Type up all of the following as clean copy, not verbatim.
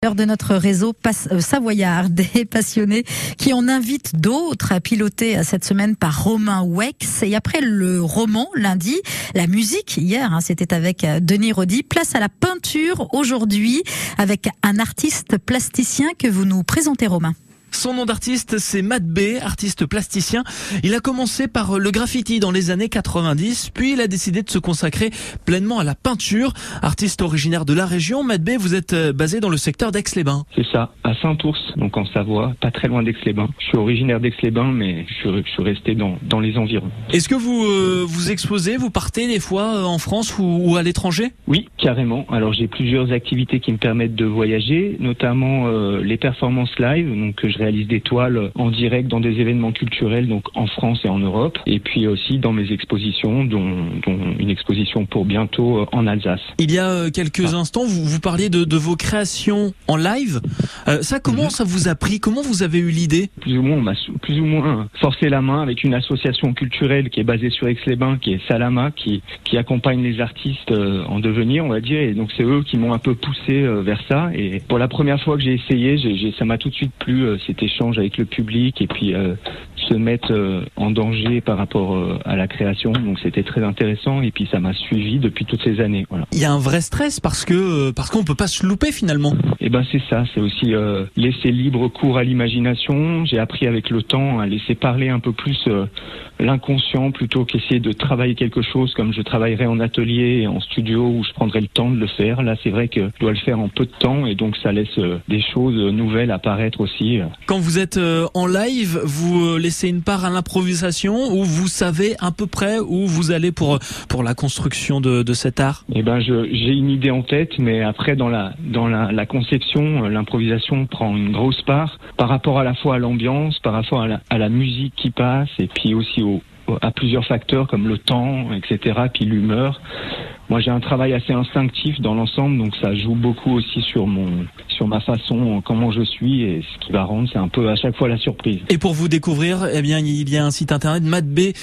L'heure de notre réseau savoyard, des passionnés qui en invitent d'autres, pilotés cette semaine par Romain Wex. Et après le roman lundi, la musique hier, c'était avec Denis Rodi. Place à la peinture aujourd'hui avec un artiste plasticien que vous nous présentez, Romain. Son nom d'artiste, c'est Matt B, artiste plasticien. Il a commencé par le graffiti dans les années 90, puis il a décidé de se consacrer pleinement à la peinture. Artiste originaire de la région, Matt B, vous êtes basé dans le secteur d'Aix-les-Bains. C'est ça, à Saint-Ours, donc en Savoie, pas très loin d'Aix-les-Bains. Je suis originaire d'Aix-les-Bains, mais je suis resté dans les environs. Est-ce que vous exposez, vous partez des fois en France ou à l'étranger? Oui, carrément. Alors j'ai plusieurs activités qui me permettent de voyager, notamment les performances live, donc je réalise des toiles en direct dans des événements culturels, donc en France et en Europe, et puis aussi dans mes expositions, dont une exposition pour bientôt en Alsace. Il y a quelques instants, vous parliez de vos créations en live. Ça, comment ça vous a pris? Comment vous avez eu l'idée? Plus ou moins, on m'a plus ou moins forcé la main avec une association culturelle qui est basée sur Aix-les-Bains, qui est Salama, qui accompagne les artistes en devenir, on va dire, et donc c'est eux qui m'ont un peu poussé vers ça. Et pour la première fois que j'ai essayé, ça m'a tout de suite plu, cet échange avec le public et puis se mettre en danger par rapport à la création. Donc c'était très intéressant et puis ça m'a suivi depuis toutes ces années. Voilà. Il y a un vrai stress parce qu'on peut pas se louper finalement. Et ben c'est ça, c'est aussi laisser libre cours à l'imagination. J'ai appris avec le temps à laisser parler un peu plus l'inconscient plutôt qu'essayer de travailler quelque chose comme je travaillerais en atelier et en studio où je prendrais le temps de le faire. Là c'est vrai que je dois le faire en peu de temps et donc ça laisse des choses nouvelles apparaître aussi. Quand vous êtes en live, vous laissez une part à l'improvisation ou vous savez à peu près où vous allez pour la construction de cet art? Eh ben j'ai une idée en tête, mais après dans la conception, l'improvisation prend une grosse part par rapport à la fois à l'ambiance, par rapport à la musique qui passe et puis aussi à plusieurs facteurs comme le temps, etc., puis l'humeur. Moi, j'ai un travail assez instinctif dans l'ensemble, donc ça joue beaucoup aussi sur ma façon, comment je suis, et ce qui va rendre, c'est un peu à chaque fois la surprise. Et pour vous découvrir, eh bien, il y a un site internet mattb.eu.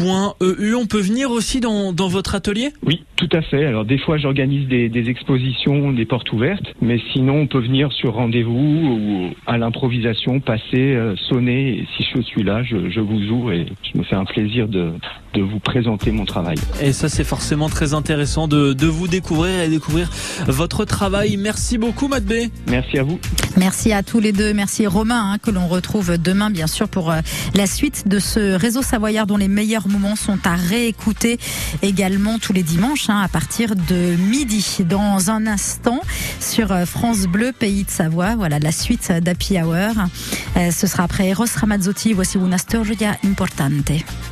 On peut venir aussi dans votre atelier? Oui, tout à fait. Alors des fois, j'organise des expositions, des portes ouvertes, mais sinon, on peut venir sur rendez-vous ou à l'improvisation, passer, sonner. Et si je suis là, je vous ouvre et je me fais un plaisir de vous présenter mon travail. Et ça, c'est forcément très intéressant de vous découvrir et découvrir votre travail. Merci beaucoup, Matt B. Merci à vous. Merci à tous les deux. Merci Romain, que l'on retrouve demain, bien sûr, pour la suite de ce réseau savoyard dont les meilleurs moments sont à réécouter également tous les dimanches à partir de midi. Dans un instant, sur France Bleu, Pays de Savoie, voilà la suite d'Happy Hour. Ce sera après Eros Ramazzotti. Voici una storia importante.